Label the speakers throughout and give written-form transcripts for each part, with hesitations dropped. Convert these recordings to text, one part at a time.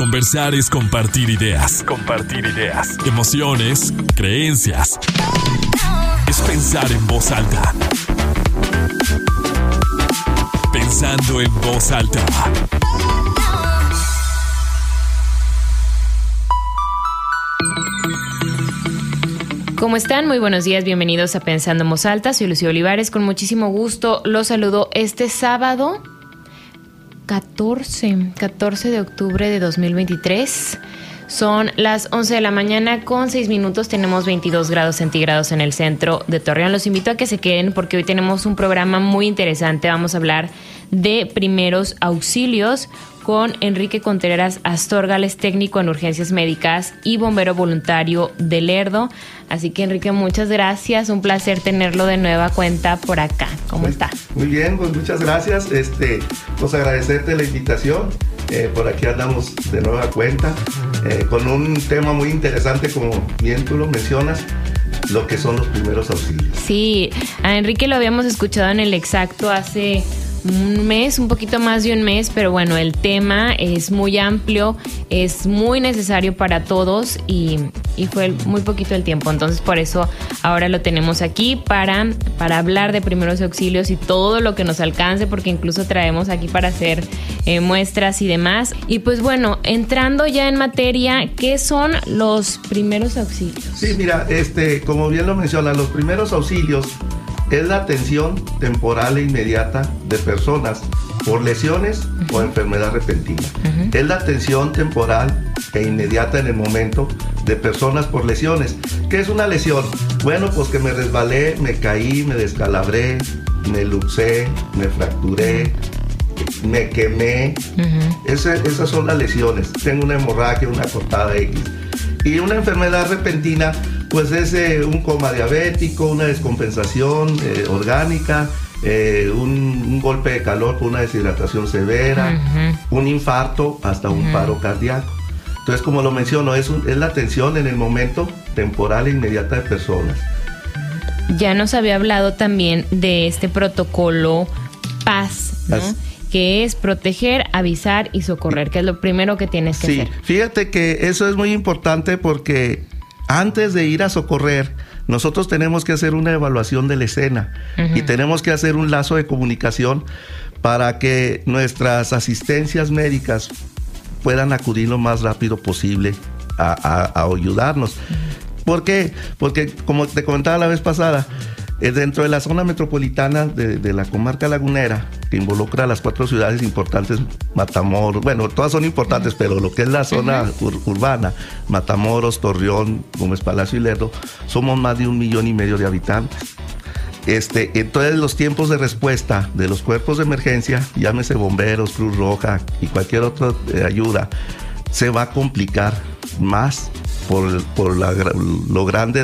Speaker 1: Conversar es compartir ideas. Compartir ideas. Emociones, creencias. Es pensar en voz alta. Pensando en voz alta.
Speaker 2: ¿Cómo están? Muy buenos días, bienvenidos a Pensando en Voz Alta. Soy Lucía Olivares, con muchísimo gusto los saludo este sábado 14 de octubre de 2023. Son las 11 de la mañana con 6 minutos, tenemos 22 grados centígrados en el centro de Torreón. Los invito a que se queden porque hoy tenemos un programa muy interesante. Vamos a hablar de primeros auxilios con Enrique Contreras Astorgales, técnico en urgencias médicas y bombero voluntario de Lerdo. Así que, Enrique, muchas gracias. Un placer tenerlo de nueva cuenta por acá. ¿Cómo está?
Speaker 3: Muy bien, pues muchas gracias. Pues agradecerte la invitación. Por aquí andamos de nueva cuenta con un tema muy interesante, como bien tú lo mencionas, lo que son los primeros auxilios.
Speaker 2: Sí, a Enrique lo habíamos escuchado en El Exacto hace un mes, un poquito más de un mes, pero bueno, el tema es muy amplio, es muy necesario para todos y fue muy poquito el tiempo, entonces por eso ahora lo tenemos aquí para hablar de primeros auxilios y todo lo que nos alcance, porque incluso traemos aquí para hacer muestras y demás. Y pues bueno, entrando ya en materia, ¿qué son los primeros auxilios? Sí,
Speaker 3: mira, como bien lo menciona, los primeros auxilios es la atención temporal e inmediata de personas por lesiones o enfermedad repentina. Es la atención temporal e inmediata en el momento de personas por lesiones. ¿Qué es una lesión? Bueno, pues que me resbalé, me caí, me descalabré, me luxé, me fracturé, me quemé. Esas son las lesiones. Tengo una hemorragia, una cortada X. Y una enfermedad repentina, pues es un coma diabético, una descompensación orgánica, un golpe de calor por una deshidratación severa, un infarto, hasta un paro cardíaco. Entonces, como lo menciono, es la atención en el momento temporal e inmediata de personas.
Speaker 2: Ya nos había hablado también de este protocolo PAS, ¿no? Que es proteger, avisar y socorrer, que es lo primero que tienes que hacer.
Speaker 3: Fíjate que eso es muy importante porque antes de ir a socorrer, nosotros tenemos que hacer una evaluación de la escena y tenemos que hacer un lazo de comunicación para que nuestras asistencias médicas puedan acudir lo más rápido posible a ayudarnos. ¿Por qué? Porque, como te comentaba la vez pasada, dentro de la zona metropolitana de la comarca lagunera, que involucra a las 4 ciudades importantes, Matamoros, bueno, todas son importantes, pero lo que es la zona urbana, Matamoros, Torreón, Gómez Palacio y Lerdo, somos más de 1,5 millones de habitantes. Entonces los tiempos de respuesta de los cuerpos de emergencia, llámese bomberos, Cruz Roja y cualquier otra ayuda, se va a complicar más por lo grande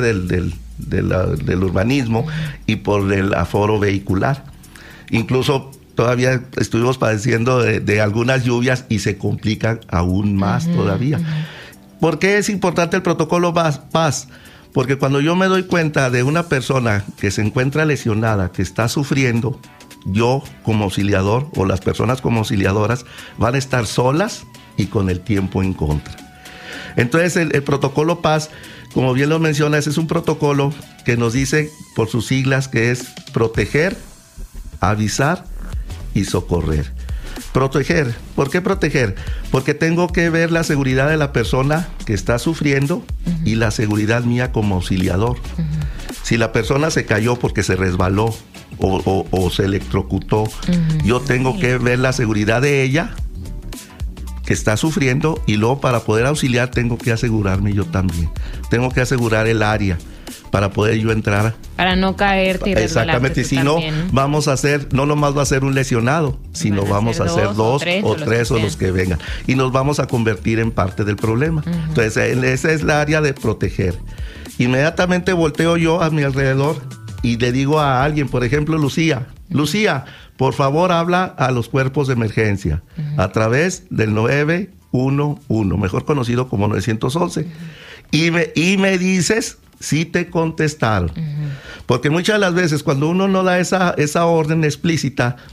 Speaker 3: del urbanismo y por el aforo vehicular. Incluso todavía estuvimos padeciendo de algunas lluvias y se complican aún más todavía. ¿Por qué es importante el protocolo PAS? Porque cuando yo me doy cuenta de una persona que se encuentra lesionada, que está sufriendo, yo como auxiliador o las personas como auxiliadoras van a estar solas y con el tiempo en contra. Entonces el protocolo PAS, como bien lo mencionas, es un protocolo que nos dice por sus siglas que es proteger, avisar y socorrer. Proteger, ¿por qué proteger? Porque tengo que ver la seguridad de la persona que está sufriendo y la seguridad mía como auxiliador. Si la persona se cayó porque se resbaló o se electrocutó, yo tengo que ver la seguridad de ella que está sufriendo, y luego para poder auxiliar tengo que asegurarme yo también. Tengo que asegurar el área para poder yo entrar.
Speaker 2: Para no caerte y resbalarte.
Speaker 3: Exactamente, si no, vamos a hacer, no nomás va a ser un lesionado, sino vamos a hacer 2 o 3 o los que vengan. Y nos vamos a convertir en parte del problema. Entonces, esa es la área de proteger. Inmediatamente volteo yo a mi alrededor y le digo a alguien, por ejemplo, Lucía, por favor habla a los cuerpos de emergencia a través del 911, mejor conocido como 911. Y me dices si te contestaron. Porque muchas de las veces cuando uno no da esa orden explícita,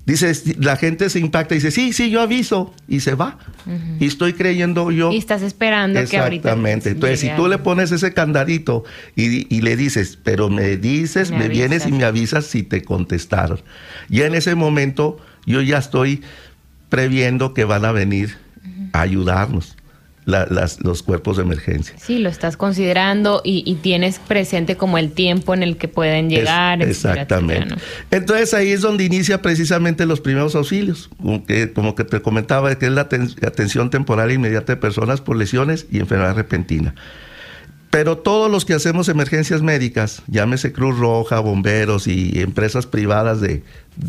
Speaker 3: Dice, la gente se impacta y dice, sí, yo aviso, y se va. Y estoy creyendo yo.
Speaker 2: Y estás esperando que ahorita.
Speaker 3: Exactamente. Entonces, si tú le pones ese candadito y le dices, pero me vienes y me avisas si te contestaron. Ya en ese momento, yo ya estoy previendo que van a venir a ayudarnos. Los cuerpos de emergencia.
Speaker 2: Sí, lo estás considerando y tienes presente como el tiempo en el que pueden llegar.
Speaker 3: Exactamente. Entonces ahí es donde inicia precisamente los primeros auxilios, como que te comentaba, que es la atención temporal e inmediata de personas por lesiones y enfermedad repentina. Pero todos los que hacemos emergencias médicas, llámese Cruz Roja, bomberos y empresas privadas de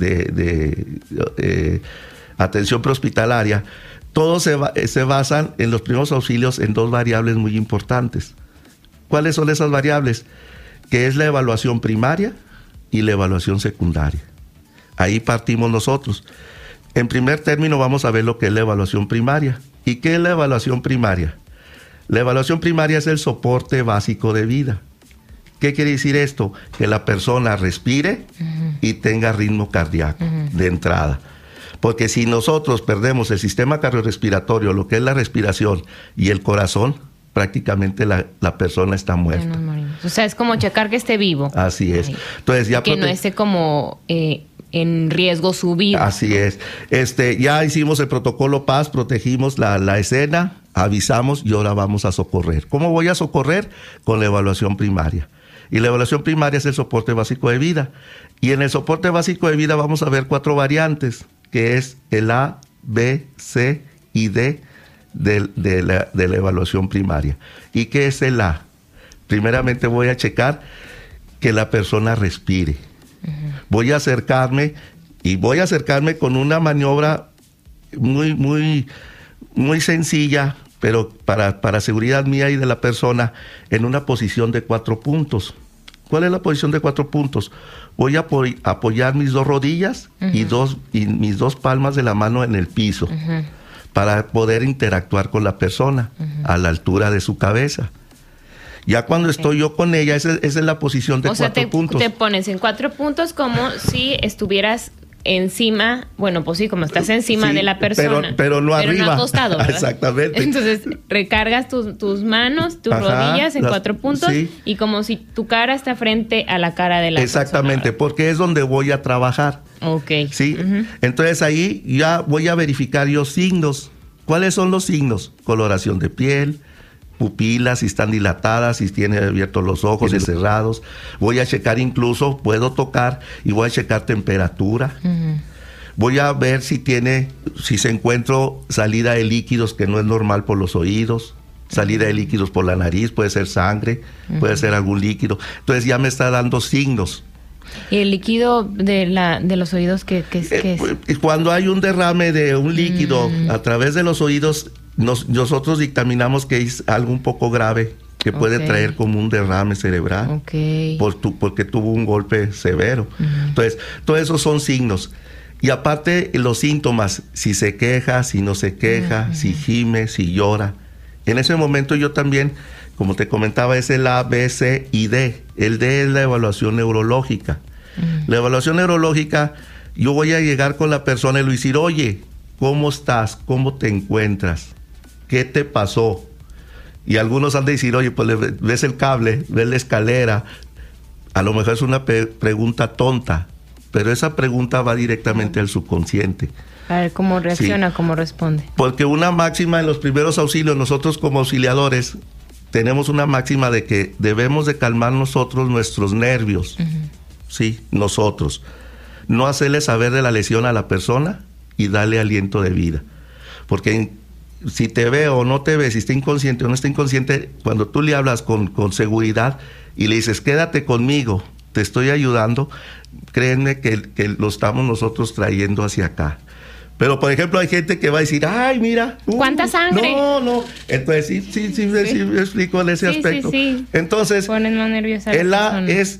Speaker 3: atención prehospitalaria, todos se basan en los primeros auxilios en dos variables muy importantes. ¿Cuáles son esas variables? Que es la evaluación primaria y la evaluación secundaria. Ahí partimos nosotros. En primer término vamos a ver lo que es la evaluación primaria. ¿Y qué es la evaluación primaria? La evaluación primaria es el soporte básico de vida. ¿Qué quiere decir esto? Que la persona respire y tenga ritmo cardíaco de entrada. Porque si nosotros perdemos el sistema cardiorrespiratorio, lo que es la respiración y el corazón, prácticamente la persona está muerta.
Speaker 2: O sea, es como checar que esté vivo.
Speaker 3: Así es. Entonces, ya
Speaker 2: que no esté como en riesgo su vida.
Speaker 3: Así es. Ya hicimos el protocolo Paz, protegimos la escena, avisamos y ahora vamos a socorrer. ¿Cómo voy a socorrer? Con la evaluación primaria. Y la evaluación primaria es el soporte básico de vida. Y en el soporte básico de vida vamos a ver 4 variantes, que es el A, B, C y D de la evaluación primaria. ¿Y qué es el A? Primeramente voy a checar que la persona respire. Voy a acercarme con una maniobra muy sencilla, pero para seguridad mía y de la persona, en una posición de 4 puntos. ¿Cuál es la posición de 4 puntos? Voy a apoyar mis 2 rodillas y mis 2 palmas de la mano en el piso para poder interactuar con la persona a la altura de su cabeza. Ya cuando estoy yo con ella, esa es la posición de 4 puntos.
Speaker 2: Te pones en 4 puntos como si estuvieras encima, bueno, pues sí, como estás encima de la persona.
Speaker 3: Pero no arriba.
Speaker 2: No acostado, ¿verdad?
Speaker 3: Exactamente.
Speaker 2: Entonces, recargas tus manos, tus rodillas en 4 puntos y como si tu cara está frente a la cara de la persona.
Speaker 3: Exactamente, porque es donde voy a trabajar.
Speaker 2: Ok.
Speaker 3: ¿Sí? Entonces ahí ya voy a verificar yo signos. ¿Cuáles son los signos? Coloración de piel, pupilas, si están dilatadas, si tiene abiertos los ojos, si cerrados. Voy a checar incluso, puedo tocar y voy a checar temperatura. Voy a ver si se encuentro salida de líquidos que no es normal por los oídos, salida de líquidos por la nariz, puede ser sangre, puede ser algún líquido. Entonces ya me está dando signos.
Speaker 2: ¿Y el líquido de los oídos qué es?
Speaker 3: Cuando hay un derrame de un líquido a través de los oídos, nosotros dictaminamos que es algo un poco grave, que puede traer como un derrame cerebral, porque tuvo un golpe severo. Entonces, todos esos son signos. Y aparte, los síntomas, si se queja, si no se queja, si gime, si llora. En ese momento yo también, como te comentaba, es el A, B, C y D. El D es la evaluación neurológica. La evaluación neurológica, yo voy a llegar con la persona y le voy a decir, oye, ¿cómo estás? ¿Cómo te encuentras? ¿Qué te pasó? Y algunos han de decir, oye, pues ves el cable, ves la escalera. A lo mejor es una pregunta tonta, pero esa pregunta va directamente al subconsciente.
Speaker 2: A ver cómo reacciona, cómo responde.
Speaker 3: Porque una máxima en los primeros auxilios, nosotros como auxiliadores, tenemos una máxima de que debemos de calmar nosotros nuestros nervios. Sí, nosotros. No hacerle saber de la lesión a la persona y darle aliento de vida. Porque si te ve o no te ve, si está inconsciente o no está inconsciente, cuando tú le hablas con seguridad y le dices, quédate conmigo, te estoy ayudando, créanme que lo estamos nosotros trayendo hacia acá. Pero, por ejemplo, hay gente que va a decir, ay, mira.
Speaker 2: ¿Cuánta sangre?
Speaker 3: No. Entonces, sí me explico en ese aspecto.
Speaker 2: Sí.
Speaker 3: Entonces,
Speaker 2: ponen más nerviosa a
Speaker 3: el A es,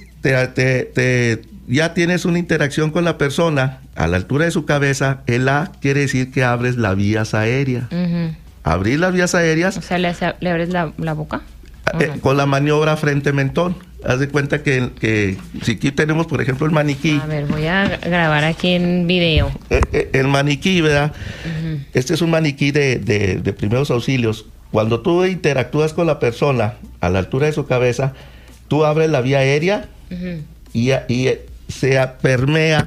Speaker 3: ya tienes una interacción con la persona a la altura de su cabeza. El A quiere decir que abres las vías aéreas. Abrir las vías aéreas.
Speaker 2: O sea, ¿le abres la boca?
Speaker 3: Con la maniobra frente-mentón. haz de cuenta que si aquí tenemos, por ejemplo, el maniquí.
Speaker 2: A ver, voy a grabar aquí en video.
Speaker 3: El maniquí, ¿verdad? Uh-huh. Este es un maniquí de primeros auxilios. Cuando tú interactúas con la persona a la altura de su cabeza, tú abres la vía aérea uh-huh. y se permea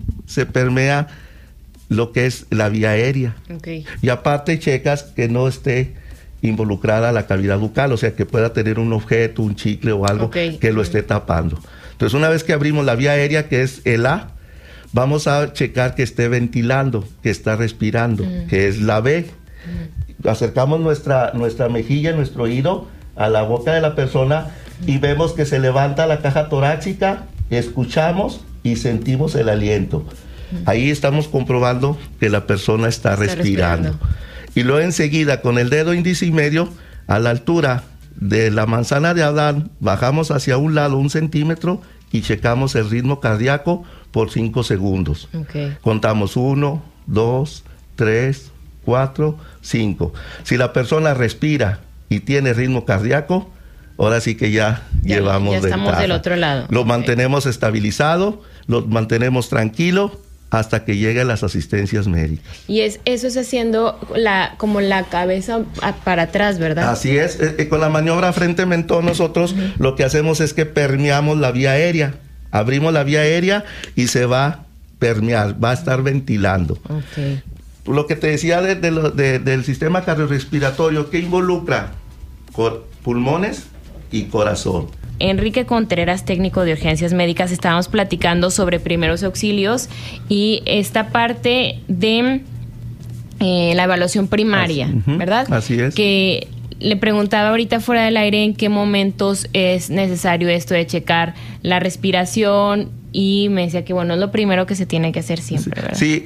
Speaker 3: lo que es la vía aérea. Okay. Y aparte checas que no esté involucrada la cavidad bucal, o sea, que pueda tener un objeto, un chicle o algo okay. que lo esté tapando. Entonces, una vez que abrimos la vía aérea, que es el A, vamos a checar que esté ventilando, que está respirando, que es la B. Acercamos nuestra mejilla, nuestro oído a la boca de la persona y vemos que se levanta la caja torácica, escuchamos y sentimos el aliento. Ahí estamos comprobando que la persona está respirando. Y luego enseguida, con el dedo índice y medio, a la altura de la manzana de Adán, bajamos hacia un lado 1 centímetro y checamos el ritmo cardíaco por 5 segundos. Okay. Contamos 1, 2, 3, 4, 5. Si la persona respira y tiene ritmo cardíaco, ahora sí que ya llevamos
Speaker 2: ya estamos del otro lado.
Speaker 3: Lo mantenemos estabilizado, lo mantenemos tranquilo hasta que lleguen las asistencias médicas.
Speaker 2: Y eso es haciendo como la cabeza para atrás, ¿verdad?
Speaker 3: Así es. Con la maniobra frente-mentón nosotros lo que hacemos es que permeamos la vía aérea. Abrimos la vía aérea y se va a permear, va a estar ventilando. Okay. Lo que te decía del sistema cardiorrespiratorio, ¿qué involucra? Pulmones y corazón.
Speaker 2: Enrique Contreras, técnico de urgencias médicas, estábamos platicando sobre primeros auxilios y esta parte de la evaluación primaria, ¿verdad?
Speaker 3: Así es.
Speaker 2: Que le preguntaba ahorita fuera del aire en qué momentos es necesario esto de checar la respiración y me decía que bueno, es lo primero que se tiene que hacer siempre, ¿verdad?
Speaker 3: Sí,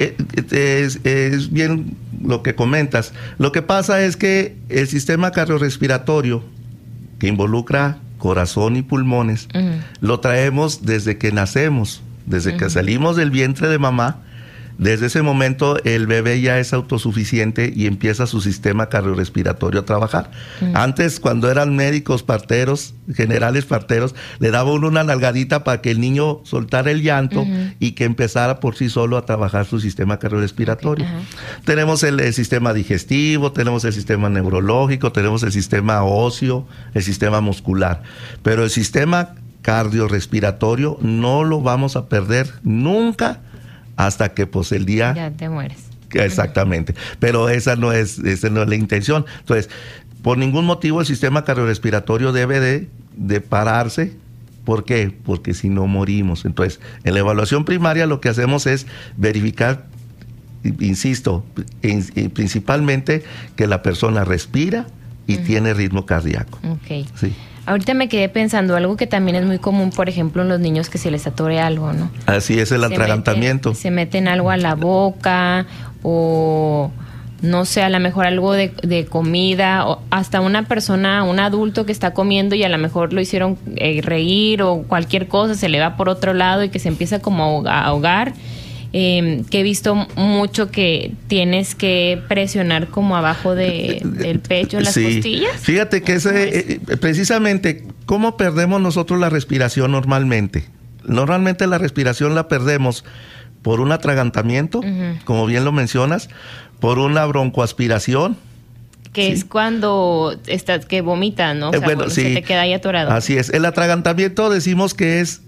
Speaker 3: es bien lo que comentas. Lo que pasa es que el sistema cardiorrespiratorio que involucra corazón y pulmones, lo traemos desde que nacemos, desde que salimos del vientre de mamá. Desde ese momento el bebé ya es autosuficiente y empieza su sistema cardiorrespiratorio a trabajar. Antes, cuando eran médicos parteros, generales parteros, le daba uno una nalgadita para que el niño soltara el llanto y que empezara por sí solo a trabajar su sistema cardiorrespiratorio. Tenemos el sistema digestivo, tenemos el sistema neurológico, tenemos el sistema óseo, el sistema muscular. Pero el sistema cardiorrespiratorio no lo vamos a perder nunca hasta que pues el día...
Speaker 2: Ya te mueres.
Speaker 3: Exactamente. Pero esa no es la intención. Entonces, por ningún motivo el sistema cardiorrespiratorio debe de pararse. ¿Por qué? Porque si no morimos. Entonces, en la evaluación primaria lo que hacemos es verificar, insisto, principalmente que la persona respira y tiene ritmo cardíaco.
Speaker 2: Ok.
Speaker 3: Sí.
Speaker 2: Ahorita me quedé pensando algo que también es muy común, por ejemplo, en los niños que se les atore algo, ¿no?
Speaker 3: Así es, el atragantamiento.
Speaker 2: Se meten algo a la boca o, no sé, a lo mejor algo de comida o hasta una persona, un adulto que está comiendo y a lo mejor lo hicieron reír o cualquier cosa, se le va por otro lado y que se empieza como a ahogar. Que he visto mucho que tienes que presionar como abajo del pecho, en las costillas.
Speaker 3: Fíjate que precisamente, ¿cómo perdemos nosotros la respiración normalmente? Normalmente la respiración la perdemos por un atragantamiento, como bien lo mencionas, por una broncoaspiración.
Speaker 2: Que es cuando que vomitas, ¿no? O sea, se te queda ahí atorado.
Speaker 3: Así es. El atragantamiento decimos que es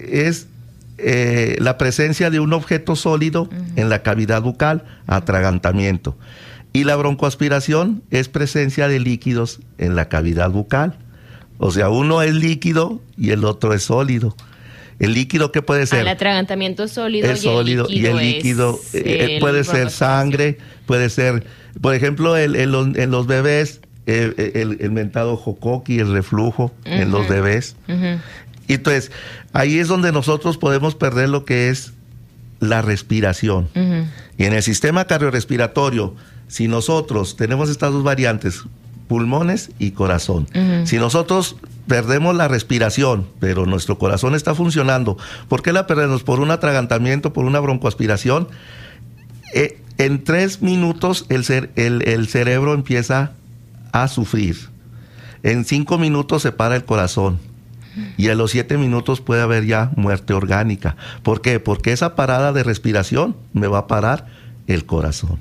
Speaker 3: la presencia de un objeto sólido en la cavidad bucal, atragantamiento. Y la broncoaspiración es presencia de líquidos en la cavidad bucal. O sea, uno es líquido y el otro es sólido. ¿El líquido qué puede ser?
Speaker 2: El atragantamiento es sólido,
Speaker 3: y el líquido puede ser sangre, puede ser, por ejemplo, en los bebés, el mentado jocoqui, el reflujo en los bebés. Y entonces, ahí es donde nosotros podemos perder lo que es la respiración. Y en el sistema cardiorrespiratorio, si nosotros tenemos estas dos variantes, pulmones y corazón, si nosotros perdemos la respiración, pero nuestro corazón está funcionando, ¿por qué la perdemos? Por un atragantamiento, por una broncoaspiración. En 3 minutos el cerebro empieza a sufrir. En 5 minutos se para el corazón. y a los 7 minutos puede haber ya muerte orgánica. ¿Por qué? Porque esa parada de respiración me va a parar el corazón.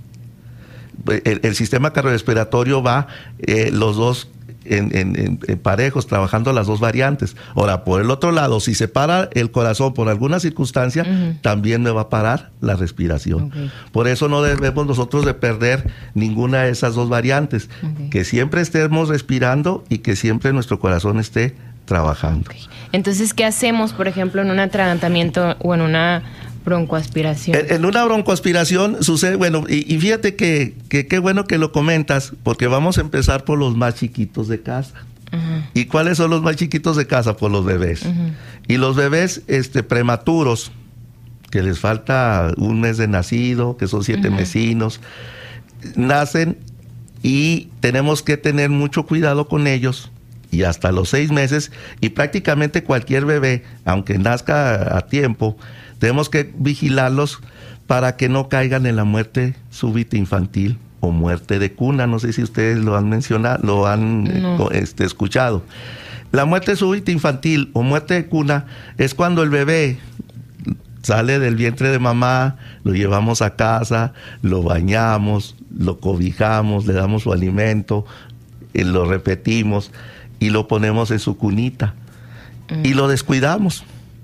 Speaker 3: El sistema cardiorrespiratorio va los dos en parejos, trabajando las dos variantes. Ahora, por el otro lado, si se para el corazón por alguna circunstancia, también me va a parar la respiración. Por eso no debemos nosotros de perder ninguna de esas dos variantes. Que siempre estemos respirando y que siempre nuestro corazón esté trabajando.
Speaker 2: Entonces, ¿qué hacemos, por ejemplo, en un atragantamiento o en una broncoaspiración?
Speaker 3: En una broncoaspiración sucede, bueno, y fíjate que qué bueno que lo comentas, porque vamos a empezar por los más chiquitos de casa. ¿Y cuáles son los más chiquitos de casa? Por los bebés. Y los bebés prematuros, que les falta un mes de nacido, que son 7 mesinos, nacen y tenemos que tener mucho cuidado con ellos. Y hasta los 6 meses, y prácticamente cualquier bebé, aunque nazca a tiempo, tenemos que vigilarlos para que no caigan en la muerte súbita infantil o muerte de cuna. No sé si ustedes lo han mencionado, lo han escuchado. La muerte súbita infantil o muerte de cuna es cuando el bebé sale del vientre de mamá, lo llevamos a casa, lo bañamos, lo cobijamos, le damos su alimento, lo repetimos y lo ponemos en su cunita y lo descuidamos.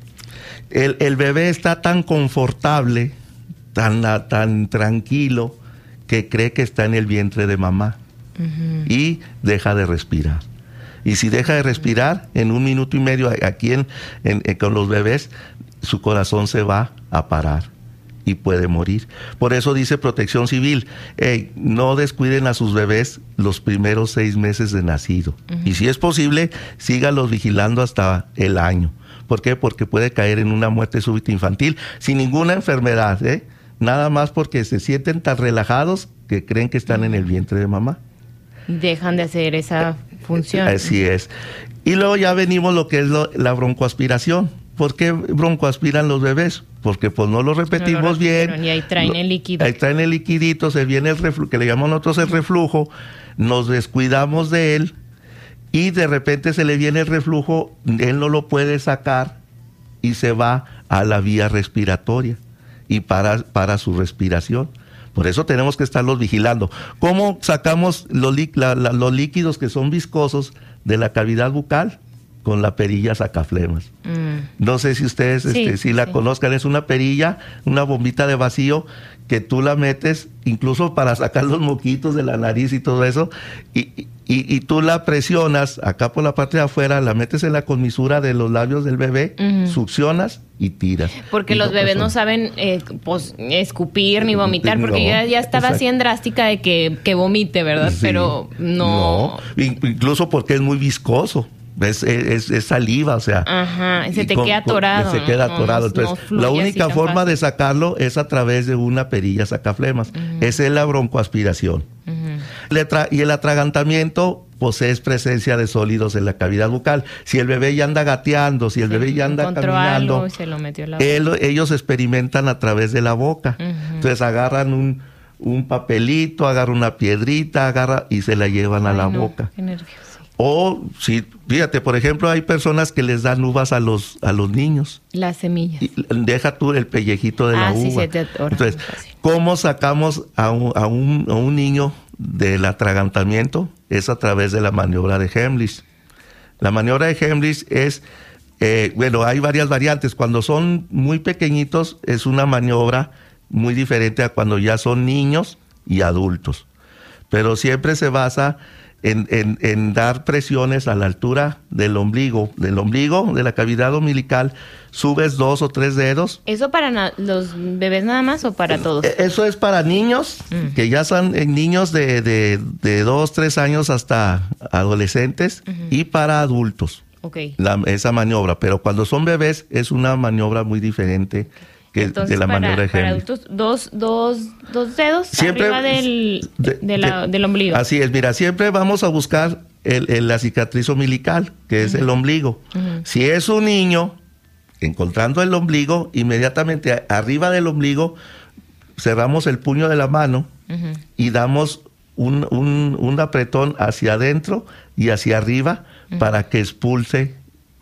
Speaker 3: El bebé está tan confortable, tan tranquilo, que cree que está en el vientre de mamá y deja de respirar. Y si deja de respirar, en 1 minuto y medio aquí con los bebés, su corazón se va a parar y puede morir. Por eso dice Protección Civil, no descuiden a sus bebés los primeros 6 meses de nacido. Y si es posible, sígalos vigilando hasta el año. ¿Por qué? Porque puede caer en una muerte súbita infantil sin ninguna enfermedad, nada más porque se sienten tan relajados que creen que están en el vientre de mamá.
Speaker 2: Dejan de hacer esa función.
Speaker 3: Así es. Y luego ya venimos lo que es la broncoaspiración. ¿Por qué broncoaspiran los bebés? Porque pues no lo repetimos bien.
Speaker 2: Y ahí traen el líquido.
Speaker 3: Ahí traen el liquidito, se viene el reflujo, que le llamamos nosotros el reflujo, nos descuidamos de él y de repente se le viene el reflujo, él no lo puede sacar y se va a la vía respiratoria y para su respiración. Por eso tenemos que estarlos vigilando. ¿Cómo sacamos los líquidos que son viscosos de la cavidad bucal? Con la perilla sacaflemas. No sé si ustedes si la conozcan, es una perilla, una bombita de vacío que tú la metes incluso para sacar los moquitos de la nariz y todo eso, y tú la presionas acá por la parte de afuera, la metes en la comisura de los labios del bebé, succionas y tiras.
Speaker 2: Porque los bebés no saben escupir ni vomitar, porque yo ya estaba así en drástica de que vomite, ¿verdad? Sí, pero no.
Speaker 3: Incluso porque es muy viscoso. Es saliva, o sea.
Speaker 2: Se te queda atorado.
Speaker 3: Se queda atorado. Entonces, la única forma de sacarlo es a través de una perilla sacaflemas. Esa es la broncoaspiración. Y el atragantamiento, pues es presencia de sólidos en la cavidad bucal. Si el bebé ya anda gateando, si el bebé ya anda caminando,
Speaker 2: algo, se lo metió en la boca.
Speaker 3: Ellos experimentan a través de la boca. Entonces agarran un papelito, agarran una piedrita, y se la llevan a la boca.
Speaker 2: Qué nervioso.
Speaker 3: O, si, fíjate, por ejemplo, hay personas que les dan uvas a los niños.
Speaker 2: Las semillas.
Speaker 3: Y deja tú el pellejito de la uva.
Speaker 2: Sí, se te atora.
Speaker 3: Entonces, ¿cómo sacamos a un niño del atragantamiento? Es a través de la maniobra de Heimlich. La maniobra de Heimlich es, hay varias variantes. Cuando son muy pequeñitos, es una maniobra muy diferente a cuando ya son niños y adultos. Pero siempre se basa en dar presiones a la altura del ombligo, de la cavidad umbilical, subes 2 o 3 dedos.
Speaker 2: ¿Eso para los bebés nada más o para todos?
Speaker 3: Eso es para niños, que ya son niños de 2, 3 años hasta adolescentes, y para adultos. Esa maniobra, pero cuando son bebés es una maniobra muy diferente. Entonces, de la maniobra de
Speaker 2: para adultos, dos dedos siempre, arriba del ombligo.
Speaker 3: Así es, mira, siempre vamos a buscar la cicatriz umbilical, que es el ombligo. Si es un niño, encontrando el ombligo, inmediatamente arriba del ombligo cerramos el puño de la mano y damos un apretón hacia adentro y hacia arriba para que expulse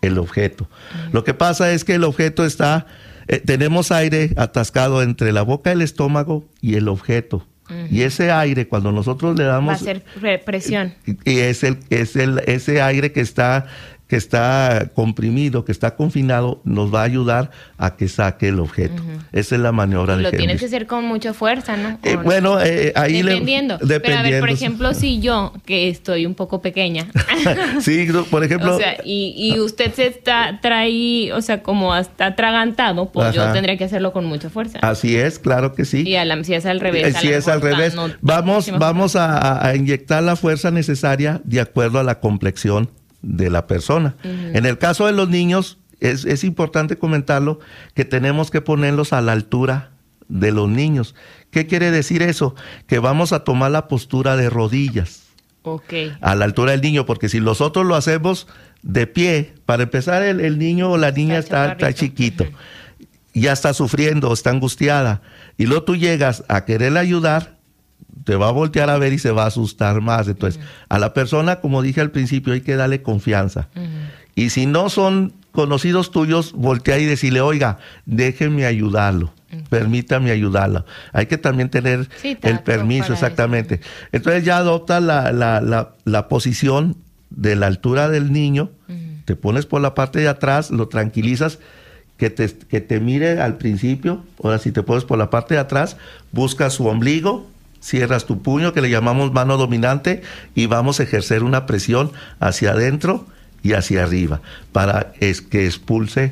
Speaker 3: el objeto. Lo que pasa es que el objeto está, tenemos aire atascado entre la boca del estómago y el objeto. Y ese aire, cuando nosotros le damos...
Speaker 2: Va a ser presión.
Speaker 3: Y ese aire que está comprimido, que está confinado, nos va a ayudar a que saque el objeto. Esa es la maniobra de
Speaker 2: Lo
Speaker 3: Hemlis.
Speaker 2: tienes que hacer con mucha fuerza, ¿no?
Speaker 3: Bueno, ahí
Speaker 2: dependiendo.
Speaker 3: dependiendo.
Speaker 2: Pero a ver, por ejemplo, si yo, que estoy un poco pequeña.
Speaker 3: Sí, por ejemplo.
Speaker 2: O sea, y usted trae, o sea, como está atragantado, pues yo tendría que hacerlo con mucha fuerza.
Speaker 3: Así es, claro que sí.
Speaker 2: Y si es al revés.
Speaker 3: Si es al revés, vamos a inyectar la fuerza necesaria de acuerdo a la complexión de la persona. En el caso de los niños, es importante comentarlo, que tenemos que ponerlos a la altura de los niños. ¿Qué quiere decir eso? Que vamos a tomar la postura de rodillas.
Speaker 2: Okay.
Speaker 3: A la altura del niño, porque si nosotros lo hacemos de pie, para empezar el niño o la niña está chiquito, ya está sufriendo, está angustiada, y luego tú llegas a quererle ayudar, te va a voltear a ver y se va a asustar más. Entonces, a la persona, como dije al principio, hay que darle confianza. Y si no son conocidos tuyos, voltea y decirle, oiga, déjenme ayudarlo, permítame ayudarlo. Hay que también tener el permiso, exactamente. Eso. Entonces ya adopta la posición de la altura del niño, te pones por la parte de atrás, lo tranquilizas, que te mire al principio. Ahora, si te pones por la parte de atrás, buscas su ombligo, cierras tu puño, que le llamamos mano dominante, y vamos a ejercer una presión hacia adentro y hacia arriba para que expulse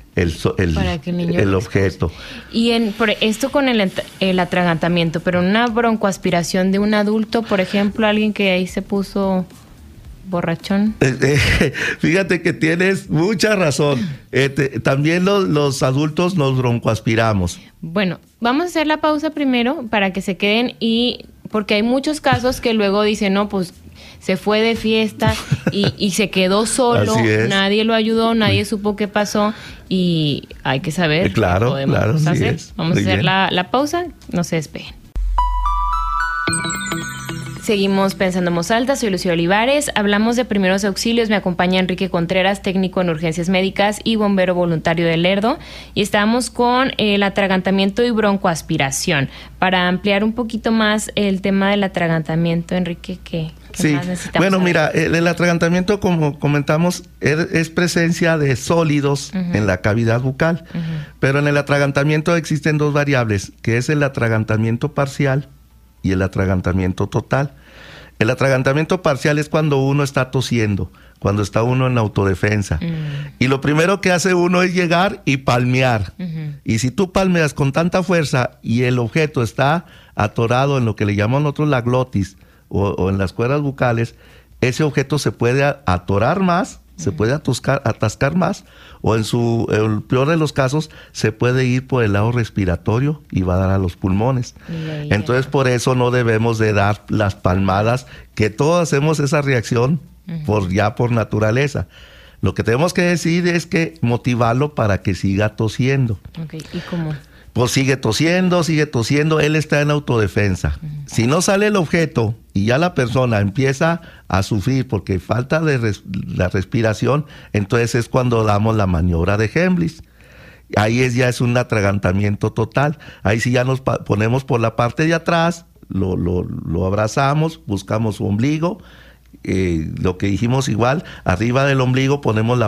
Speaker 3: el objeto.
Speaker 2: Y por esto con el atragantamiento, pero una broncoaspiración de un adulto, por ejemplo, alguien que ahí se puso borrachón.
Speaker 3: Fíjate que tienes mucha razón. También los adultos nos broncoaspiramos.
Speaker 2: Bueno, vamos a hacer la pausa primero para que se queden, y porque hay muchos casos que luego dicen, no, pues se fue de fiesta y se quedó solo, nadie lo ayudó, nadie supo qué pasó, y hay que saber qué podemos hacer. Vamos a hacer la pausa, no se despeguen. Seguimos pensando en voz alta, soy Lucía Olivares, hablamos de primeros auxilios, me acompaña Enrique Contreras, técnico en urgencias médicas y bombero voluntario de Lerdo, y estamos con el atragantamiento y broncoaspiración. Para ampliar un poquito más el tema del atragantamiento, Enrique, ¿qué más necesitamos? Bueno,
Speaker 3: mira, el atragantamiento, como comentamos, es presencia de sólidos en la cavidad bucal, pero en el atragantamiento existen dos variables, que es el atragantamiento parcial y el atragantamiento total. El atragantamiento parcial es cuando uno está tosiendo, cuando está uno en autodefensa. Y lo primero que hace uno es llegar y palmear. Y si tú palmeas con tanta fuerza y el objeto está atorado en lo que le llamamos nosotros la glotis o en las cuerdas bucales, ese objeto se puede atorar más, se puede atascar más, o en el peor de los casos se puede ir por el lado respiratorio y va a dar a los pulmones. Entonces por eso no debemos de dar las palmadas, que todos hacemos esa reacción por naturaleza. Lo que tenemos que decir es que motivarlo para que siga tosiendo.
Speaker 2: Okay. ¿Y cómo?
Speaker 3: Pues sigue tosiendo, él está en autodefensa. Si no sale el objeto y ya la persona empieza a sufrir porque falta la respiración, entonces es cuando damos la maniobra de Hemlis. Ahí ya es un atragantamiento total. Ahí sí ya nos ponemos por la parte de atrás, lo abrazamos, buscamos su ombligo. Lo que dijimos igual, arriba del ombligo ponemos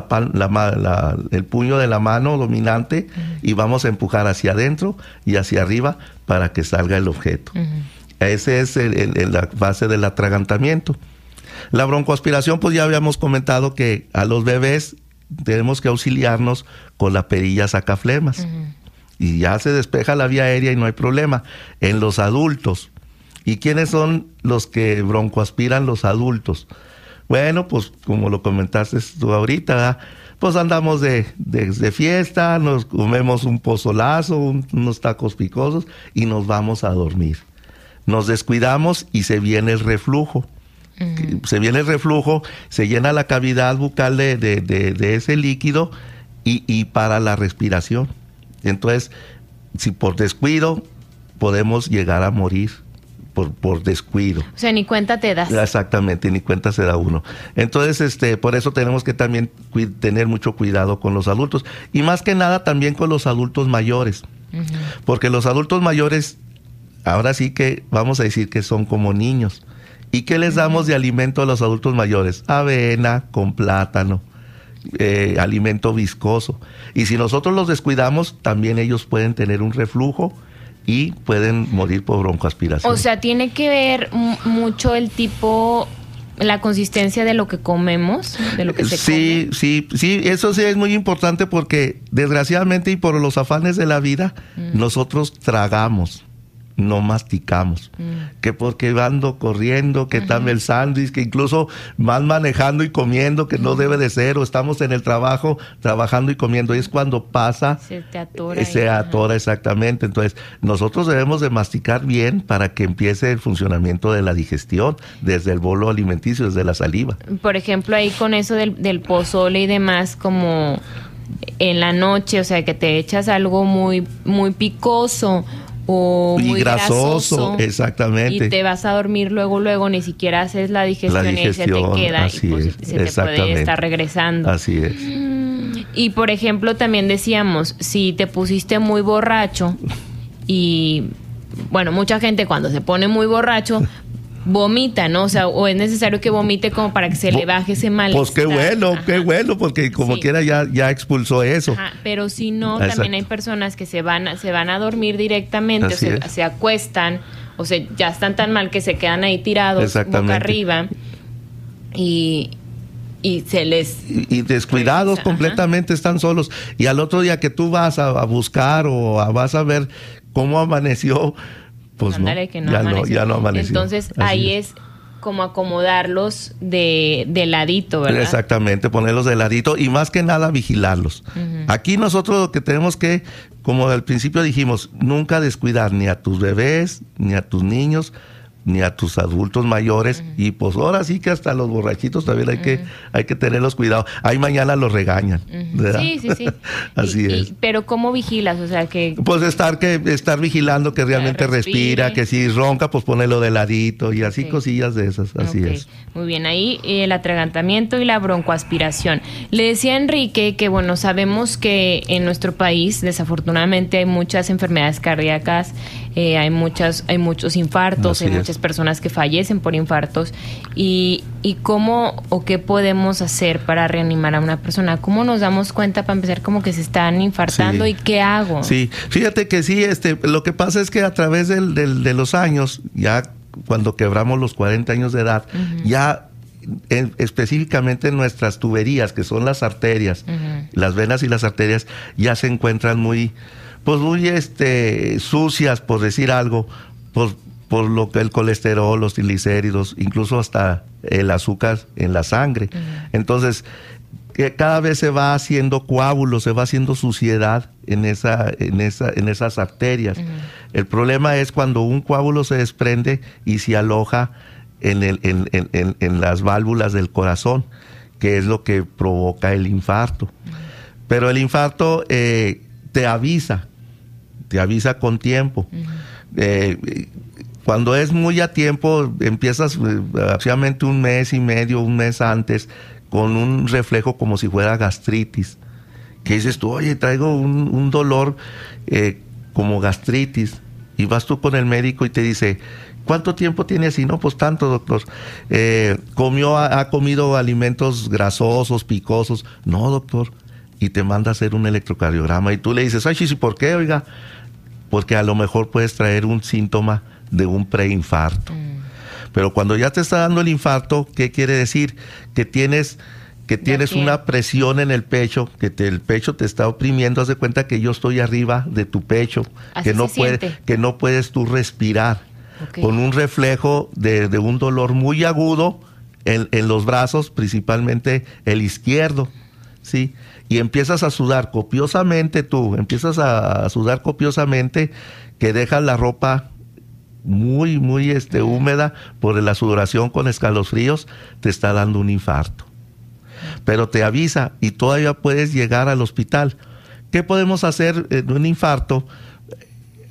Speaker 3: el puño de la mano dominante y vamos a empujar hacia adentro y hacia arriba para que salga el objeto. Ese es la base del atragantamiento. La broncoaspiración, pues ya habíamos comentado que a los bebés tenemos que auxiliarnos con la perilla sacaflemas y ya se despeja la vía aérea y no hay problema. En los adultos, ¿y quiénes son los que broncoaspiran los adultos? Bueno, pues como lo comentaste tú ahorita, ¿verdad? Pues andamos de fiesta, nos comemos un pozolazo, unos tacos picosos y nos vamos a dormir. Nos descuidamos y se viene el reflujo. Se viene el reflujo, se llena la cavidad bucal de ese líquido y para la respiración. Entonces, si por descuido podemos llegar a morir por descuido.
Speaker 2: O sea, ni cuenta te das.
Speaker 3: Exactamente, ni cuenta se da uno. Entonces, por eso tenemos que también tener mucho cuidado con los adultos. Y más que nada también con los adultos mayores. Porque los adultos mayores, ahora sí que vamos a decir que son como niños. ¿Y qué les damos de alimento a los adultos mayores? Avena con plátano, alimento viscoso. Y si nosotros los descuidamos, también ellos pueden tener un reflujo y pueden morir por broncoaspiración.
Speaker 2: O sea, tiene que ver mucho el tipo, la consistencia de lo que comemos, de lo que se come.
Speaker 3: Sí, eso sí es muy importante porque desgraciadamente y por los afanes de la vida, nosotros tragamos, no masticamos. Que porque ando corriendo, que dame el sándwich, que incluso van manejando y comiendo, que no debe de ser, o estamos en el trabajo trabajando y comiendo, y es cuando pasa,
Speaker 2: se te atora.
Speaker 3: Se atora exactamente. Entonces, nosotros debemos de masticar bien para que empiece el funcionamiento de la digestión, desde el bolo alimenticio, desde la saliva.
Speaker 2: Por ejemplo, ahí con eso del pozole y demás, como en la noche, o sea, que te echas algo muy, muy picoso, o muy grasoso,
Speaker 3: exactamente.
Speaker 2: Y te vas a dormir luego, ni siquiera haces la digestión y se te queda y pues se te puede estar regresando.
Speaker 3: Así es.
Speaker 2: Y por ejemplo, también decíamos, si te pusiste muy borracho y, bueno, mucha gente cuando se pone muy borracho vomita, ¿no? O sea, o es necesario que vomite como para que se le baje ese malestar.
Speaker 3: Pues qué bueno, porque como quiera ya expulsó eso.
Speaker 2: Pero si no, también hay personas que se van a dormir directamente, se acuestan, o sea, ya están tan mal que se quedan ahí tirados boca arriba y se les...
Speaker 3: Y descuidados completamente, están solos. Y al otro día que tú vas a buscar o vas a ver cómo amaneció, pues
Speaker 2: ándale,
Speaker 3: no,
Speaker 2: que no
Speaker 3: ya no amaneció.
Speaker 2: Entonces ahí es como acomodarlos de ladito, ¿verdad?
Speaker 3: Exactamente, ponerlos de ladito y más que nada vigilarlos. Aquí nosotros lo que tenemos que, como al principio dijimos, nunca descuidar ni a tus bebés, ni a tus niños, ni a tus adultos mayores, y pues ahora sí que hasta los borrachitos también hay que tenerlos cuidado. Ahí mañana los regañan, ¿verdad?
Speaker 2: Sí.
Speaker 3: Así es.
Speaker 2: Pero ¿cómo vigilas? O sea, que...
Speaker 3: Pues estar vigilando que realmente respira, que si ronca, pues ponerlo de ladito y así cosillas de esas, así es.
Speaker 2: Muy bien, ahí el atragantamiento y la broncoaspiración. Le decía a Enrique que, bueno, sabemos que en nuestro país, desafortunadamente, hay muchas enfermedades cardíacas, hay muchos infartos, hay muchas personas que fallecen por infartos, y cómo o qué podemos hacer para reanimar a una persona. ¿Cómo nos damos cuenta para empezar como que se están infartando y qué hago?
Speaker 3: Sí, fíjate que sí, lo que pasa es que a través de los años, ya cuando quebramos los 40 años de edad, ya específicamente nuestras tuberías, que son las arterias, las venas y las arterias, ya se encuentran muy sucias, por decir algo, por lo que el colesterol, los triglicéridos, incluso hasta el azúcar en la sangre. Entonces, que cada vez se va haciendo coágulos, se va haciendo suciedad en esas arterias. El problema es cuando un coágulo se desprende y se aloja en las válvulas del corazón, que es lo que provoca el infarto. Pero el infarto te avisa con tiempo. Cuando es muy a tiempo, empiezas aproximadamente un mes y medio, un mes antes, con un reflejo como si fuera gastritis. Que dices tú, oye, traigo un dolor como gastritis. Y vas tú con el médico y te dice, ¿cuánto tiempo tiene así? No, pues tanto, doctor. Ha comido alimentos grasosos, picosos. No, doctor. Y te manda a hacer un electrocardiograma. Y tú le dices, ay, sí, ¿por qué? Oiga, porque a lo mejor puedes traer un síntoma de un preinfarto. Pero cuando ya te está dando el infarto, ¿qué quiere decir? Que tienes una presión en el pecho, el pecho te está oprimiendo. Haz de cuenta que yo estoy arriba de tu pecho, que no puedes tú respirar, con un reflejo de un dolor muy agudo en los brazos, principalmente el izquierdo, ¿sí? Y empiezas a sudar copiosamente que dejas la ropa muy húmeda por la sudoración con escalofríos, te está dando un infarto. Pero te avisa y todavía puedes llegar al hospital. ¿Qué podemos hacer en un infarto?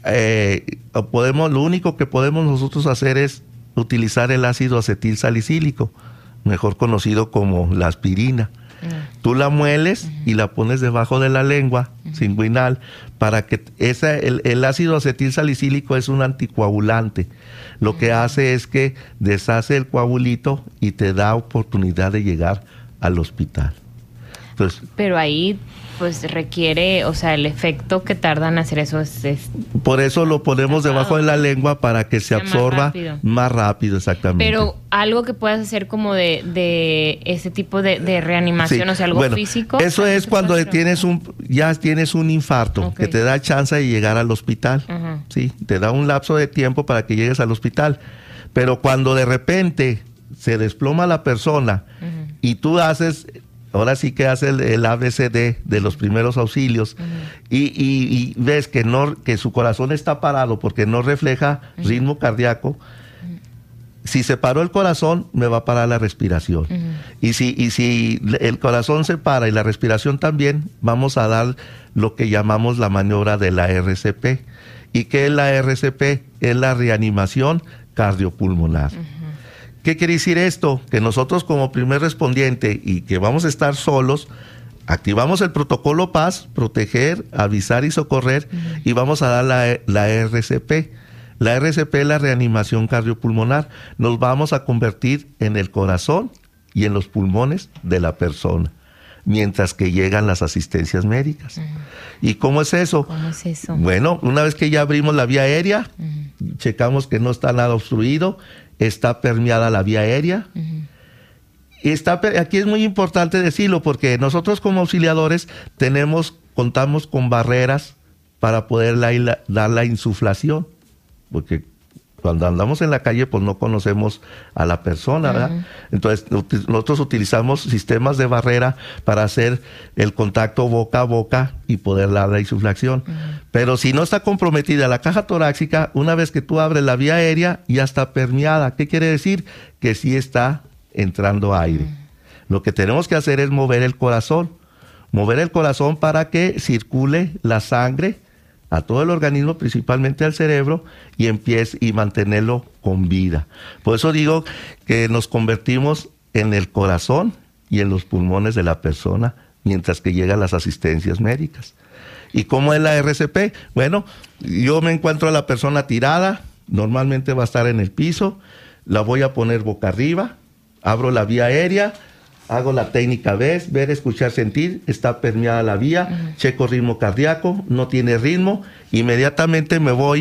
Speaker 3: lo único que podemos nosotros hacer es utilizar el ácido acetil salicílico, mejor conocido como la aspirina. Tú la mueles y la pones debajo de la lengua inguinal para que el ácido acetil salicílico es un anticoagulante. Lo que hace es que deshace el coagulito y te da oportunidad de llegar al hospital. Entonces,
Speaker 2: pero ahí pues requiere, o sea, el efecto que tardan en hacer eso es
Speaker 3: por eso lo ponemos debajo de la lengua para que se absorba más rápido, exactamente.
Speaker 2: Pero algo que puedas hacer como de ese tipo de reanimación, sí. O sea, algo físico.
Speaker 3: Eso es cuando ya tienes un infarto, que te da chance de llegar al hospital. Sí, te da un lapso de tiempo para que llegues al hospital. Pero cuando de repente se desploma la persona y tú haces... Ahora sí que hace el ABCD de los primeros auxilios y ves que su corazón está parado porque no refleja ritmo cardíaco. Si se paró el corazón, me va a parar la respiración. Y si el corazón se para y la respiración también, vamos a dar lo que llamamos la maniobra de la RCP. ¿Y qué es la RCP? Es la reanimación cardiopulmonar. ¿Qué quiere decir esto? Que nosotros como primer respondiente y que vamos a estar solos, activamos el protocolo PAS, proteger, avisar y socorrer, y vamos a dar la RCP. La RCP es la reanimación cardiopulmonar. Nos vamos a convertir en el corazón y en los pulmones de la persona, mientras que llegan las asistencias médicas. ¿Y cómo es eso?
Speaker 2: ¿Cómo es eso?
Speaker 3: Bueno, una vez que ya abrimos la vía aérea, checamos que no está nada obstruido, está permeada la vía aérea. Aquí es muy importante decirlo porque nosotros como auxiliadores contamos con barreras para poder dar la insuflación, porque cuando andamos en la calle pues no conocemos a la persona, ¿verdad? Entonces nosotros utilizamos sistemas de barrera para hacer el contacto boca a boca y poder dar la insuflación. Pero si no está comprometida la caja torácica, una vez que tú abres la vía aérea ya está permeada. ¿Qué quiere decir? Que sí está entrando aire. Lo que tenemos que hacer es mover el corazón para que circule la sangre a todo el organismo, principalmente al cerebro, y mantenerlo con vida. Por eso digo que nos convertimos en el corazón y en los pulmones de la persona mientras que llegan las asistencias médicas. ¿Y cómo es la RCP? Bueno, yo me encuentro a la persona tirada, normalmente va a estar en el piso, la voy a poner boca arriba, abro la vía aérea, hago la técnica ver, escuchar, sentir, está permeada la vía, checo ritmo cardíaco, no tiene ritmo, inmediatamente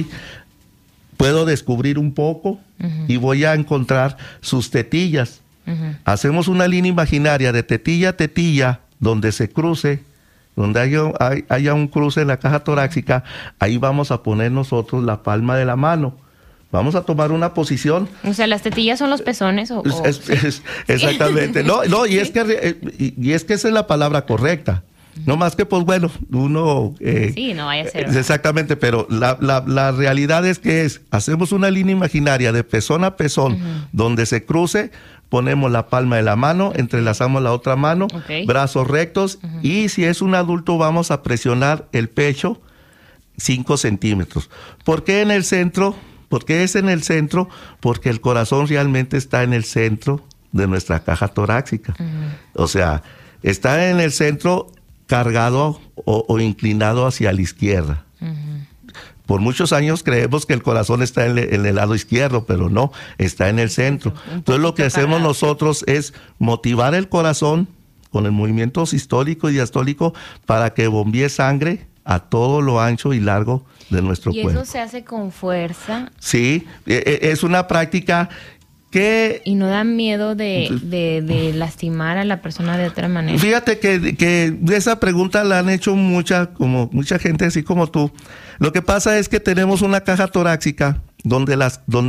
Speaker 3: puedo descubrir un poco y voy a encontrar sus tetillas. Hacemos una línea imaginaria de tetilla a tetilla, donde se cruce, donde haya un cruce en la caja torácica, ahí vamos a poner nosotros la palma de la mano. Vamos a tomar una posición. O sea,
Speaker 2: ¿las tetillas son los pezones?
Speaker 3: Exactamente. No, y es que esa es la palabra correcta. No más que, pues bueno, uno...
Speaker 2: sí, no vaya a ser.
Speaker 3: Exactamente, pero la realidad es que hacemos una línea imaginaria de pezón a pezón, donde se cruce, ponemos la palma de la mano, entrelazamos la otra mano, brazos rectos, y si es un adulto vamos a presionar el pecho 5 centímetros. ¿Por qué en el centro? ¿Por qué es en el centro? Porque el corazón realmente está en el centro de nuestra caja torácica. O sea, está en el centro cargado o inclinado hacia la izquierda. Por muchos años creemos que el corazón está en el lado izquierdo, pero no, está en el centro. Entonces lo que hacemos nosotros es motivar el corazón con el movimiento sistólico y diastólico para que bombee sangre a todo lo ancho y largo de nuestro cuerpo.
Speaker 2: ¿Y eso se hace con fuerza?
Speaker 3: Sí, es una práctica que...
Speaker 2: ¿Y no da miedo de lastimar a la persona de otra manera?
Speaker 3: Fíjate que esa pregunta la han hecho mucha gente, así como tú. Lo que pasa es que tenemos una caja torácica donde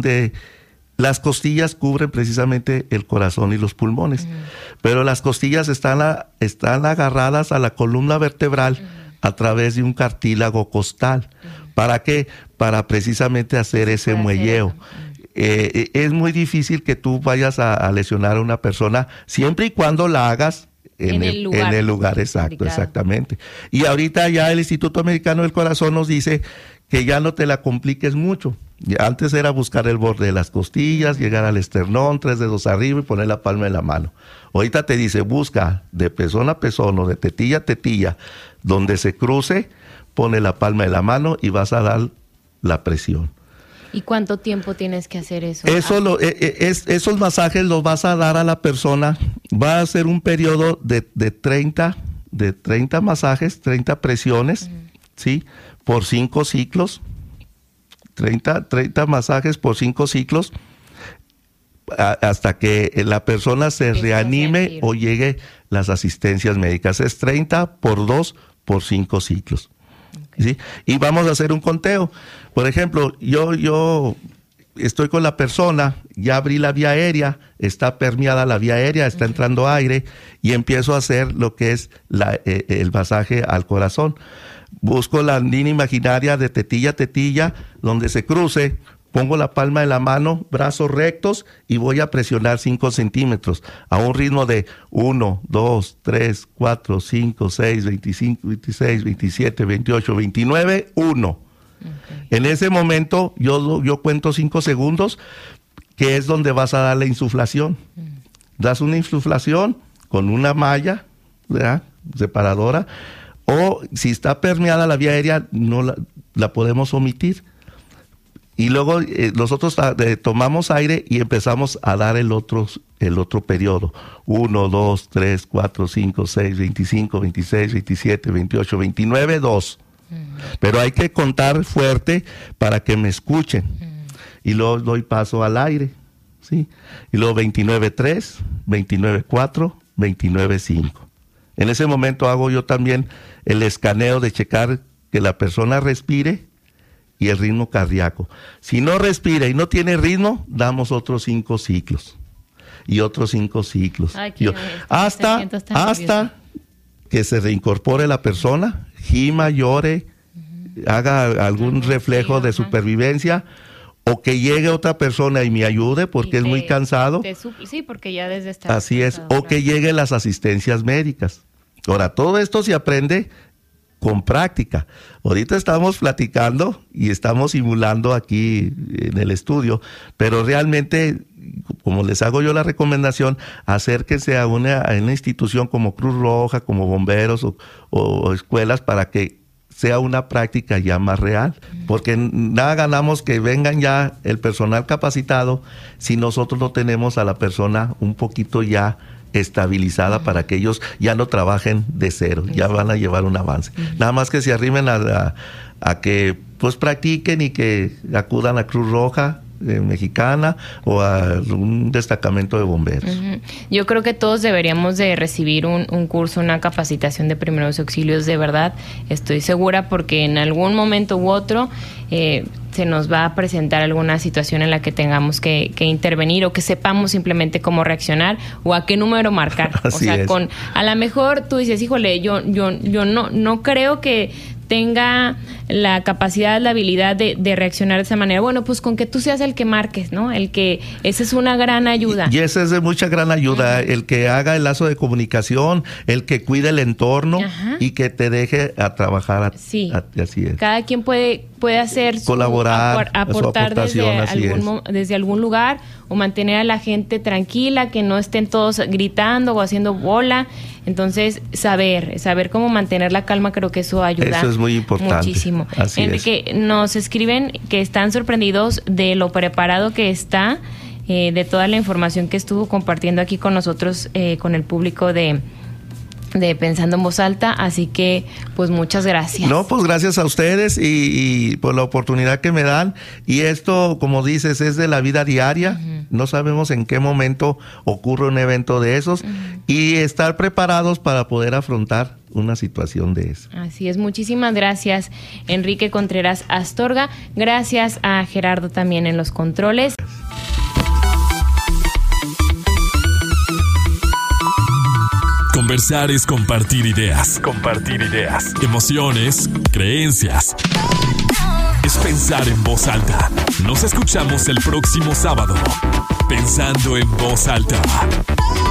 Speaker 3: las costillas cubren precisamente el corazón y los pulmones. Pero las costillas están agarradas a la columna vertebral a través de un cartílago costal. ¿Para qué? Para precisamente hacer ese muelleo. Es muy difícil que tú vayas a lesionar a una persona siempre y cuando la hagas
Speaker 2: en el lugar
Speaker 3: exacto, exactamente. Y ahorita ya el Instituto Americano del Corazón nos dice que ya no te la compliques mucho. Antes era buscar el borde de las costillas, llegar al esternón, 3 dedos arriba y poner la palma de la mano. Ahorita te dice, busca de pezón a pezón o de tetilla a tetilla, donde se cruce, pone la palma de la mano y vas a dar la presión.
Speaker 2: ¿Y cuánto tiempo tienes que hacer eso?
Speaker 3: Esos masajes los vas a dar a la persona. Va a ser un periodo de 30 masajes, 30 presiones, ¿sí? Por 5 ciclos. 30 masajes por 5 ciclos hasta que la persona se reanime o llegue las asistencias médicas. Es 30 por 2 por 5 ciclos. ¿Sí? Y vamos a hacer un conteo. Por ejemplo, yo estoy con la persona, ya abrí la vía aérea, está permeada la vía aérea, está entrando aire y empiezo a hacer lo que es el masaje al corazón. Busco la línea imaginaria de tetilla a tetilla, donde se cruce, pongo la palma de la mano, brazos rectos y voy a presionar 5 centímetros a un ritmo de 1, 2, 3, 4, 5, 6, 25, 26, 27, 28, 29, 1. Okay. En ese momento yo cuento 5 segundos, que es donde vas a dar la insuflación. Das una insuflación con una malla, ¿verdad?, separadora, o si está permeada la vía aérea, no la podemos omitir. Y luego nosotros tomamos aire y empezamos a dar el otro periodo. 1, 2, 3, 4, 5, 6, 25, 26, 27, 28, 29, 2. Pero hay que contar fuerte para que me escuchen. Y luego doy paso al aire, ¿sí? Y luego 29, 3, 29, 4, 29, 5. En ese momento hago yo también el escaneo de checar que la persona respire y el ritmo cardíaco. Si no respira y no tiene ritmo, damos otros 5 ciclos. Y otros 5 ciclos. Ay, hasta que se reincorpore la persona, gima, llore, haga algún reflejo de supervivencia, o que llegue otra persona y me ayude porque es muy cansado.
Speaker 2: Sí, porque ya desde esta...
Speaker 3: Así es, o que lleguen las asistencias médicas. Ahora, todo esto se aprende con práctica. Ahorita estamos platicando y estamos simulando aquí en el estudio, pero realmente, como les hago yo la recomendación, acérquense a una institución como Cruz Roja, como bomberos o escuelas para que sea una práctica ya más real, porque nada ganamos que vengan ya el personal capacitado si nosotros no tenemos a la persona un poquito ya estabilizada para que ellos ya no trabajen de cero, ya van a llevar un avance. Nada más que se arrimen a que pues practiquen y que acudan a Cruz Roja mexicana o a un destacamento de bomberos.
Speaker 2: Yo creo que todos deberíamos de recibir un curso, una capacitación de primeros auxilios, de verdad, estoy segura, porque en algún momento u otro se nos va a presentar alguna situación en la que tengamos que intervenir, o que sepamos simplemente cómo reaccionar o a qué número marcar.
Speaker 3: Así
Speaker 2: o sea,
Speaker 3: es.
Speaker 2: A lo mejor tú dices, híjole, yo no creo que tenga la capacidad, la habilidad de reaccionar de esa manera. Bueno, pues con que tú seas el que marques, ¿no? Esa es una gran ayuda.
Speaker 3: Y esa es de mucha gran ayuda, el que haga el lazo de comunicación, el que cuide el entorno y que te deje a trabajar.
Speaker 2: Sí.
Speaker 3: Así es.
Speaker 2: Cada quien puede hacer
Speaker 3: colaborar,
Speaker 2: aportar
Speaker 3: su aportación,
Speaker 2: desde algún lugar, o mantener a la gente tranquila, que no estén todos gritando o haciendo bola. Entonces, saber cómo mantener la calma, creo que eso ayuda.
Speaker 3: Eso es muy importante.
Speaker 2: Muchísimo.
Speaker 3: Así
Speaker 2: Enrique, nos escriben que están sorprendidos de lo preparado que está, de toda la información que estuvo compartiendo aquí con nosotros, con el público de Pensando en Voz Alta, así que pues muchas gracias.
Speaker 3: No, pues gracias a ustedes y por la oportunidad que me dan, y esto, como dices, es de la vida diaria. No sabemos en qué momento ocurre un evento de esos, y estar preparados para poder afrontar una situación de eso.
Speaker 2: Así es, muchísimas gracias, Enrique Contreras Astorga. Gracias a Gerardo también en los controles.
Speaker 1: Conversar es compartir ideas. Compartir ideas. Emociones, creencias. Es pensar en voz alta. Nos escuchamos el próximo sábado. Pensando en Voz Alta.